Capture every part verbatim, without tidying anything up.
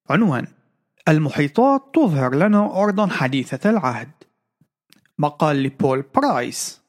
عنوان: المحيطات تظهر لنا أرضا حديثة العهد. مقال لبول برايس.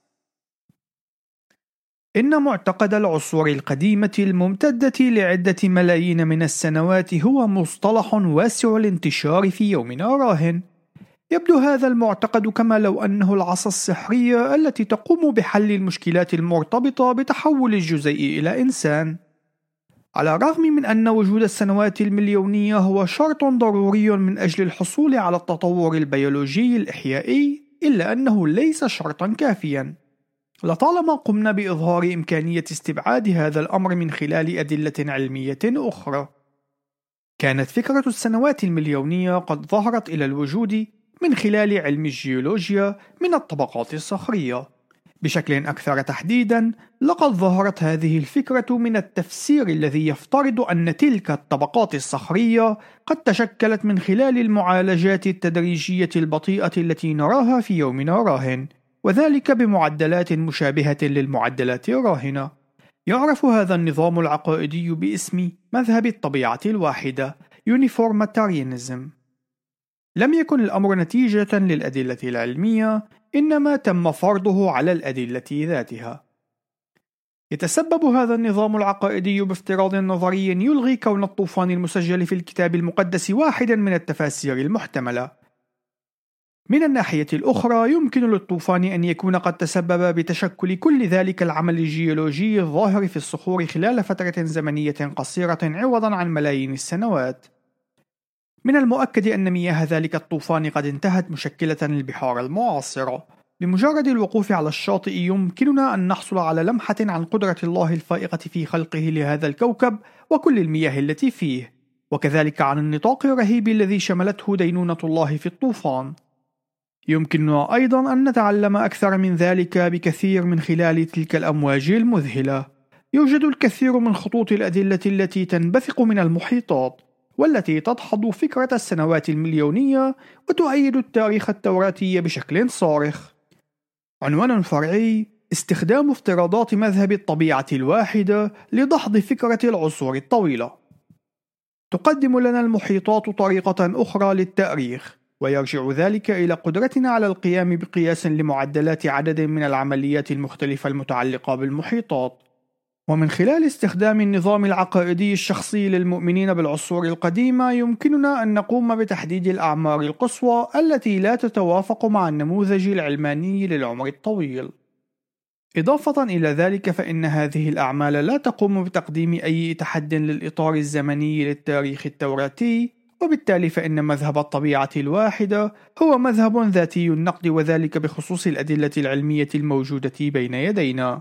إن معتقد العصور القديمة الممتدة لعدة ملايين من السنوات هو مصطلح واسع الانتشار في يومنا الراهن. يبدو هذا المعتقد كما لو أنه العصا السحرية التي تقوم بحل المشكلات المرتبطة بتحول الجزيء إلى إنسان. على الرغم من أن وجود السنوات المليونية هو شرط ضروري من أجل الحصول على التطور البيولوجي الإحيائي، إلا أنه ليس شرطا كافيا. لطالما قمنا بإظهار إمكانية استبعاد هذا الأمر من خلال أدلة علمية أخرى. كانت فكرة السنوات المليونية قد ظهرت إلى الوجود من خلال علم الجيولوجيا من الطبقات الصخرية. بشكل أكثر تحديدا، لقد ظهرت هذه الفكرة من التفسير الذي يفترض أن تلك الطبقات الصخرية قد تشكلت من خلال المعالجات التدريجية البطيئة التي نراها في يومنا الراهن، وذلك بمعدلات مشابهة للمعدلات الراهنة. يعرف هذا النظام العقائدي باسم مذهب الطبيعة الواحدة Uniformitarianism. لم يكن الأمر نتيجة للأدلة العلمية، إنما تم فرضه على الأدلة ذاتها. يتسبب هذا النظام العقائدي بافتراض نظري يلغي كون الطوفان المسجل في الكتاب المقدس واحدا من التفاسير المحتملة. من الناحية الأخرى، يمكن للطوفان أن يكون قد تسبب بتشكل كل ذلك العمل الجيولوجي الظاهر في الصخور خلال فترة زمنية قصيرة عوضا عن ملايين السنوات. من المؤكد أن مياه ذلك الطوفان قد انتهت مشكلة البحار المعاصرة. بمجرد الوقوف على الشاطئ يمكننا أن نحصل على لمحة عن قدرة الله الفائقة في خلقه لهذا الكوكب وكل المياه التي فيه، وكذلك عن النطاق الرهيب الذي شملته دينونة الله في الطوفان. يمكننا أيضا أن نتعلم أكثر من ذلك بكثير من خلال تلك الأمواج المذهلة. يوجد الكثير من خطوط الأدلة التي تنبثق من المحيطات، والتي تدحض فكرة السنوات المليونية وتؤيد التاريخ التوراتي بشكل صارخ. عنوان فرعي: استخدام افتراضات مذهب الطبيعة الواحدة لدحض فكرة العصور الطويلة. تقدم لنا المحيطات طريقة أخرى للتأريخ، ويرجع ذلك إلى قدرتنا على القيام بقياس لمعدلات عدد من العمليات المختلفة المتعلقة بالمحيطات. ومن خلال استخدام النظام العقائدي الشخصي للمؤمنين بالعصور القديمة، يمكننا أن نقوم بتحديد الأعمار القصوى التي لا تتوافق مع النموذج العلماني للعمر الطويل. إضافة إلى ذلك، فإن هذه الأعمال لا تقوم بتقديم أي تحد للإطار الزمني للتاريخ التوراتي، وبالتالي فإن مذهب الطبيعة الواحدة هو مذهب ذاتي النقد، وذلك بخصوص الأدلة العلمية الموجودة بين يدينا.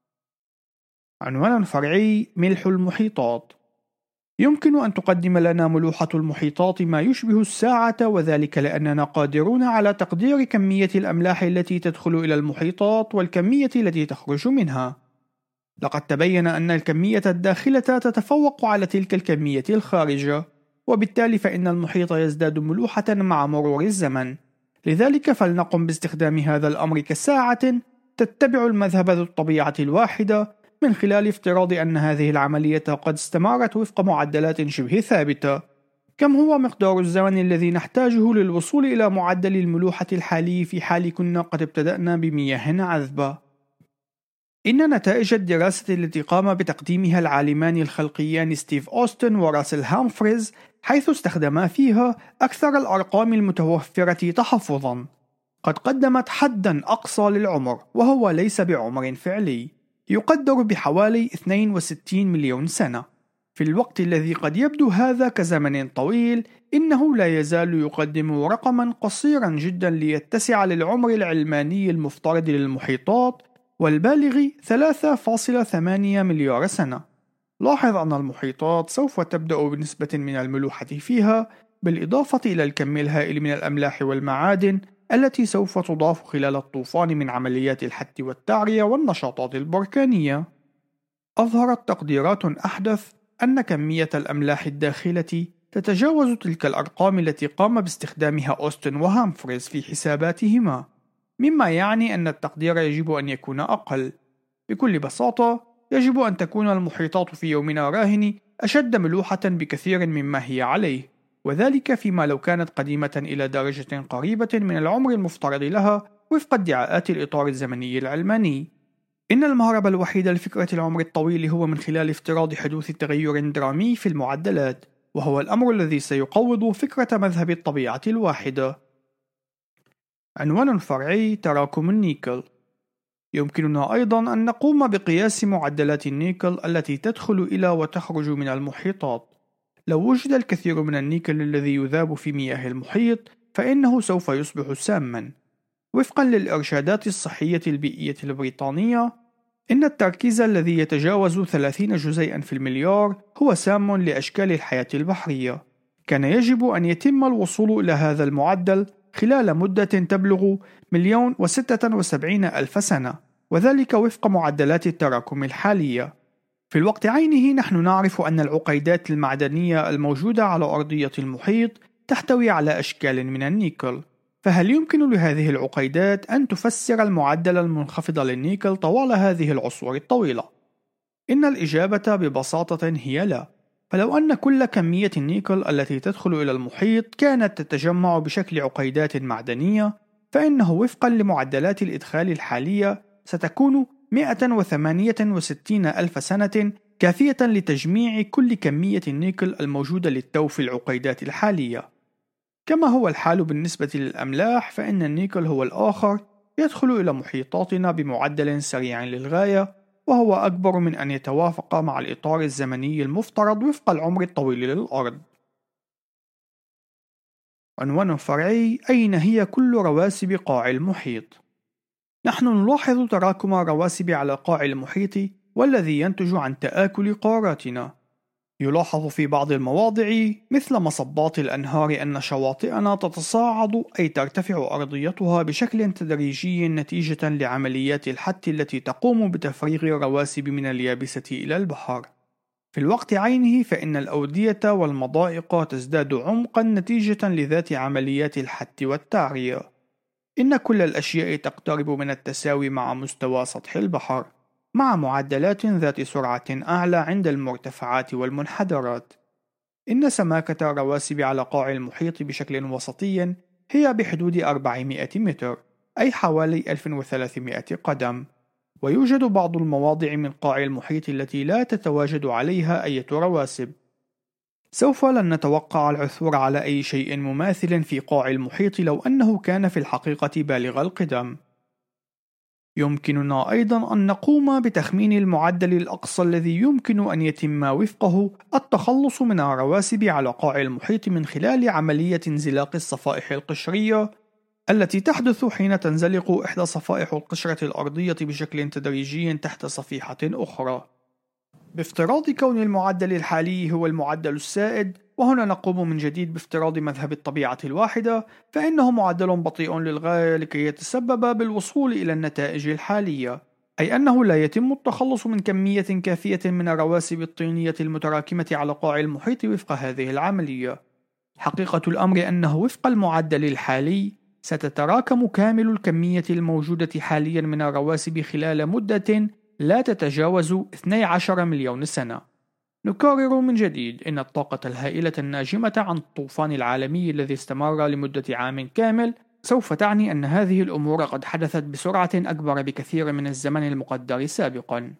عنوان فرعي: ملح المحيطات. يمكن أن تقدم لنا ملوحة المحيطات ما يشبه الساعة، وذلك لأننا قادرون على تقدير كمية الأملاح التي تدخل إلى المحيطات والكمية التي تخرج منها. لقد تبين أن الكمية الداخلة تتفوق على تلك الكمية الخارجة، وبالتالي فإن المحيط يزداد ملوحة مع مرور الزمن. لذلك فلنقم باستخدام هذا الأمر كساعة تتبع المذهب ذو الطبيعة الواحدة، من خلال افتراض أن هذه العملية قد استمرت وفق معدلات شبه ثابتة. كم هو مقدار الزمن الذي نحتاجه للوصول إلى معدل الملوحة الحالي في حال كنا قد ابتدأنا بمياه عذبة؟ إن نتائج الدراسة التي قام بتقديمها العالمان الخلقيان ستيف أوستن وراسل هامفريز، حيث استخدما فيها أكثر الأرقام المتوفرة تحفظا، قد قدمت حدا أقصى للعمر، وهو ليس بعمر فعلي، يقدر بحوالي اثنين وستين مليون سنة. في الوقت الذي قد يبدو هذا كزمن طويل، إنه لا يزال يقدم رقما قصيرا جدا ليتسع للعمر العلماني المفترض للمحيطات، والبالغ ثلاثة فاصلة ثمانية مليار سنة. لاحظ أن المحيطات سوف تبدأ بنسبة من الملوحة فيها، بالإضافة إلى الكم الهائل من الأملاح والمعادن التي سوف تضاف خلال الطوفان من عمليات الحت والتعرية والنشاطات البركانية. أظهرت تقديرات أحدث أن كمية الأملاح الداخلة تتجاوز تلك الأرقام التي قام باستخدامها أوستن وهامفريز في حساباتهما، مما يعني أن التقدير يجب أن يكون أقل. بكل بساطة، يجب أن تكون المحيطات في يومنا الراهن أشد ملوحة بكثير مما هي عليه، وذلك فيما لو كانت قديمة إلى درجة قريبة من العمر المفترض لها وفق ادعاءات الإطار الزمني العلماني. إن المهرب الوحيد لفكرة العمر الطويل هو من خلال افتراض حدوث تغير درامي في المعدلات، وهو الأمر الذي سيقوض فكرة مذهب الطبيعة الواحدة. عنوان فرعي: تراكم النيكل. يمكننا أيضا أن نقوم بقياس معدلات النيكل التي تدخل إلى وتخرج من المحيطات. لو وجد الكثير من النيكل الذي يذاب في مياه المحيط فإنه سوف يصبح سامًا. وفقا للإرشادات الصحية البيئية البريطانية، إن التركيز الذي يتجاوز ثلاثين جزيئا في المليار هو سام لأشكال الحياة البحرية. كان يجب أن يتم الوصول إلى هذا المعدل خلال مدة تبلغ مليون وستة وسبعين ألف سنة، وذلك وفق معدلات التراكم الحالية. في الوقت عينه نحن نعرف أن العقيدات المعدنية الموجودة على أرضية المحيط تحتوي على أشكال من النيكل، فهل يمكن لهذه العقيدات أن تفسر المعدل المنخفض للنيكل طوال هذه العصور الطويلة؟ إن الإجابة ببساطة هي لا. فلو أن كل كمية النيكل التي تدخل إلى المحيط كانت تتجمع بشكل عقيدات معدنية، فإنه وفقا لمعدلات الإدخال الحالية ستكون مئة وثمانية وستين ألف سنة كافية لتجميع كل كمية النيكل الموجودة للتو في العقيدات الحالية. كما هو الحال بالنسبة للأملاح، فإن النيكل هو الآخر يدخل إلى محيطاتنا بمعدل سريع للغاية، وهو أكبر من أن يتوافق مع الإطار الزمني المفترض وفق العمر الطويل للأرض. عنوان فرعي: أين هي كل رواسب قاع المحيط؟ نحن نلاحظ تراكم الرواسب على قاع المحيط، والذي ينتج عن تآكل قاراتنا. يلاحظ في بعض المواضع مثل مصبات الأنهار أن شواطئنا تتصاعد، أي ترتفع أرضيتها بشكل تدريجي نتيجة لعمليات الحت التي تقوم بتفريغ الرواسب من اليابسة إلى البحر. في الوقت عينه فإن الأودية والمضائق تزداد عمقا نتيجة لذات عمليات الحت والتعرية. إن كل الأشياء تقترب من التساوي مع مستوى سطح البحر، مع معدلات ذات سرعة أعلى عند المرتفعات والمنحدرات. إن سماكة الرواسب على قاع المحيط بشكل وسطي هي بحدود أربعمائة متر، أي حوالي ألف وثلاثمائة قدم. ويوجد بعض المواضع من قاع المحيط التي لا تتواجد عليها أي رواسب. سوف لن نتوقع العثور على أي شيء مماثل في قاع المحيط لو أنه كان في الحقيقة بالغ القدم. يمكننا أيضا أن نقوم بتخمين المعدل الأقصى الذي يمكن أن يتم وفقه التخلص من الرواسب على قاع المحيط من خلال عملية انزلاق الصفائح القشرية التي تحدث حين تنزلق إحدى صفائح القشرة الأرضية بشكل تدريجي تحت صفيحة أخرى. بافتراض كون المعدل الحالي هو المعدل السائد، وهنا نقوم من جديد بافتراض مذهب الطبيعة الواحدة، فإنه معدل بطيء للغاية لكي يتسبب بالوصول إلى النتائج الحالية، أي أنه لا يتم التخلص من كمية كافية من الرواسب الطينية المتراكمة على قاع المحيط وفق هذه العملية. حقيقة الأمر أنه وفق المعدل الحالي ستتراكم كامل الكمية الموجودة حاليا من الرواسب خلال مدة لا تتجاوز اثني عشر مليون سنة. نكرر من جديد إن الطاقة الهائلة الناجمة عن الطوفان العالمي الذي استمر لمدة عام كامل سوف تعني أن هذه الأمور قد حدثت بسرعة أكبر بكثير من الزمن المقدر سابقا.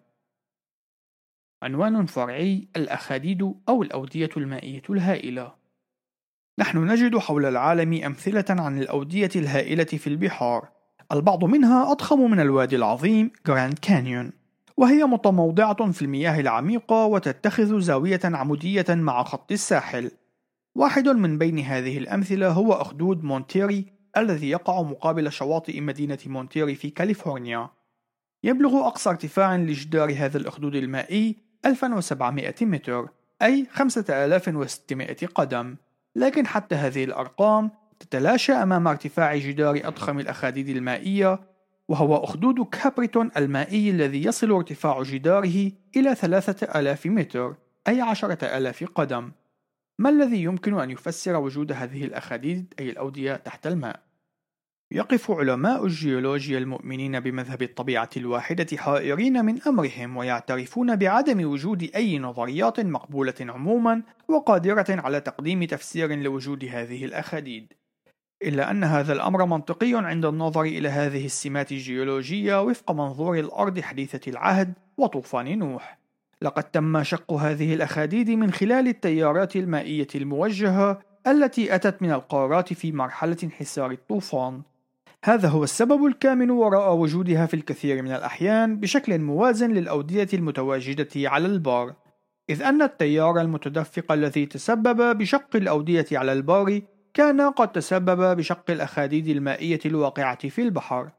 عنوان فرعي: الأخاديد أو الأودية المائية الهائلة. نحن نجد حول العالم أمثلة عن الأودية الهائلة في البحار، البعض منها أضخم من الوادي العظيم جراند كانيون، وهي متموضعة في المياه العميقة وتتخذ زاوية عمودية مع خط الساحل. واحد من بين هذه الأمثلة هو أخدود مونتيري الذي يقع مقابل شواطئ مدينة مونتيري في كاليفورنيا. يبلغ أقصى ارتفاع لجدار هذا الأخدود المائي ألف وسبعمائة متر، أي خمسة آلاف وستمائة قدم، لكن حتى هذه الأرقام تتلاشى أمام ارتفاع جدار أضخم الأخاديد المائية، وهو أخدود كابريتون المائي الذي يصل ارتفاع جداره إلى ثلاثة آلاف متر، أي عشرة آلاف قدم. ما الذي يمكن أن يفسر وجود هذه الأخاديد أي الأودية تحت الماء؟ يقف علماء الجيولوجيا المؤمنين بمذهب الطبيعة الواحدة حائرين من أمرهم، ويعترفون بعدم وجود أي نظريات مقبولة عموما وقادرة على تقديم تفسير لوجود هذه الأخاديد. إلا أن هذا الأمر منطقي عند النظر إلى هذه السمات الجيولوجية وفق منظور الأرض حديثة العهد وطوفان نوح. لقد تم شق هذه الأخاديد من خلال التيارات المائية الموجهة التي أتت من القارات في مرحلة انحسار الطوفان. هذا هو السبب الكامن وراء وجودها في الكثير من الأحيان بشكل موازن للأودية المتواجدة على البار، إذ أن التيار المتدفق الذي تسبب بشق الأودية على البار كان قد تسبب بشق الأخاديد المائية الواقعة في البحر.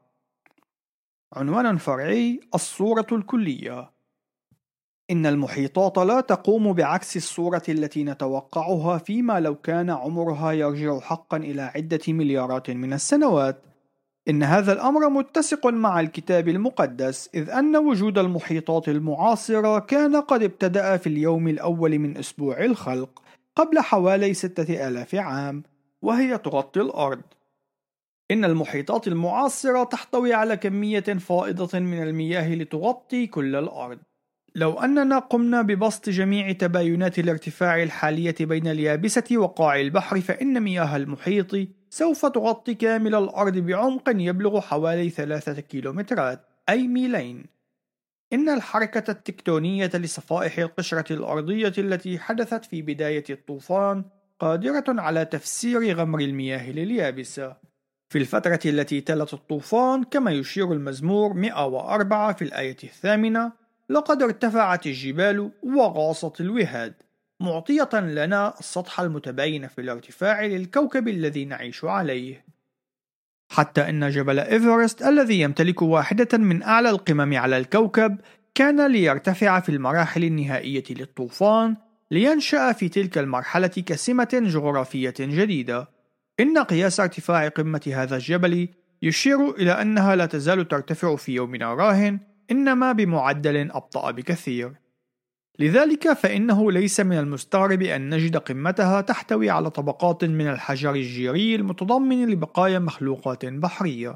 عنوان فرعي: الصورة الكلية. إن المحيطات لا تقوم بعكس الصورة التي نتوقعها فيما لو كان عمرها يرجع حقا إلى عدة مليارات من السنوات. إن هذا الأمر متسق مع الكتاب المقدس، إذ أن وجود المحيطات المعاصرة كان قد ابتدأ في اليوم الأول من أسبوع الخلق قبل حوالي ستة آلاف عام، وهي تغطي الأرض. إن المحيطات المعاصرة تحتوي على كمية فائضة من المياه لتغطي كل الأرض. لو أننا قمنا ببسط جميع تباينات الارتفاع الحالية بين اليابسة وقاع البحر، فإن مياه المحيط سوف تغطي كامل الأرض بعمق يبلغ حوالي ثلاثة كيلومترات، أي ميلين. إن الحركة التكتونية لصفائح القشرة الأرضية التي حدثت في بداية الطوفان قادرة على تفسير غمر المياه لليابسة. في الفترة التي تلت الطوفان، كما يشير المزمور مئة وأربعة في الآية الثامنة: لقد ارتفعت الجبال وغاصت الوهاد، معطية لنا السطح المتباين في الارتفاع للكوكب الذي نعيش عليه. حتى إن جبل إيفرست الذي يمتلك واحدة من أعلى القمم على الكوكب كان ليرتفع في المراحل النهائية للطوفان لينشأ في تلك المرحلة كسمة جغرافية جديدة. إن قياس ارتفاع قمة هذا الجبل يشير إلى أنها لا تزال ترتفع في يومنا الراهن، إنما بمعدل أبطأ بكثير. لذلك فإنه ليس من المستغرب أن نجد قمتها تحتوي على طبقات من الحجر الجيري المتضمن لبقايا مخلوقات بحرية.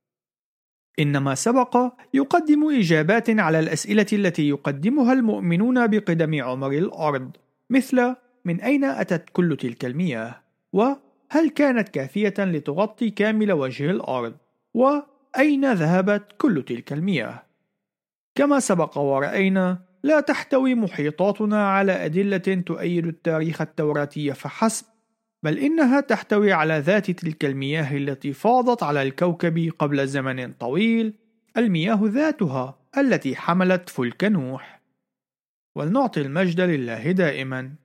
إن ما سبق يقدم إجابات على الأسئلة التي يقدمها المؤمنون بقدم عمر الأرض، مثل: من أين أتت كل تلك المياه؟ وهل كانت كافية لتغطي كامل وجه الأرض؟ وأين ذهبت كل تلك المياه؟ كما سبق ورأينا، لا تحتوي محيطاتنا على أدلة تؤيد التاريخ التوراتي فحسب، بل إنها تحتوي على ذات تلك المياه التي فاضت على الكوكب قبل زمن طويل، المياه ذاتها التي حملت فلك نوح. ولنعطي المجد لله دائما.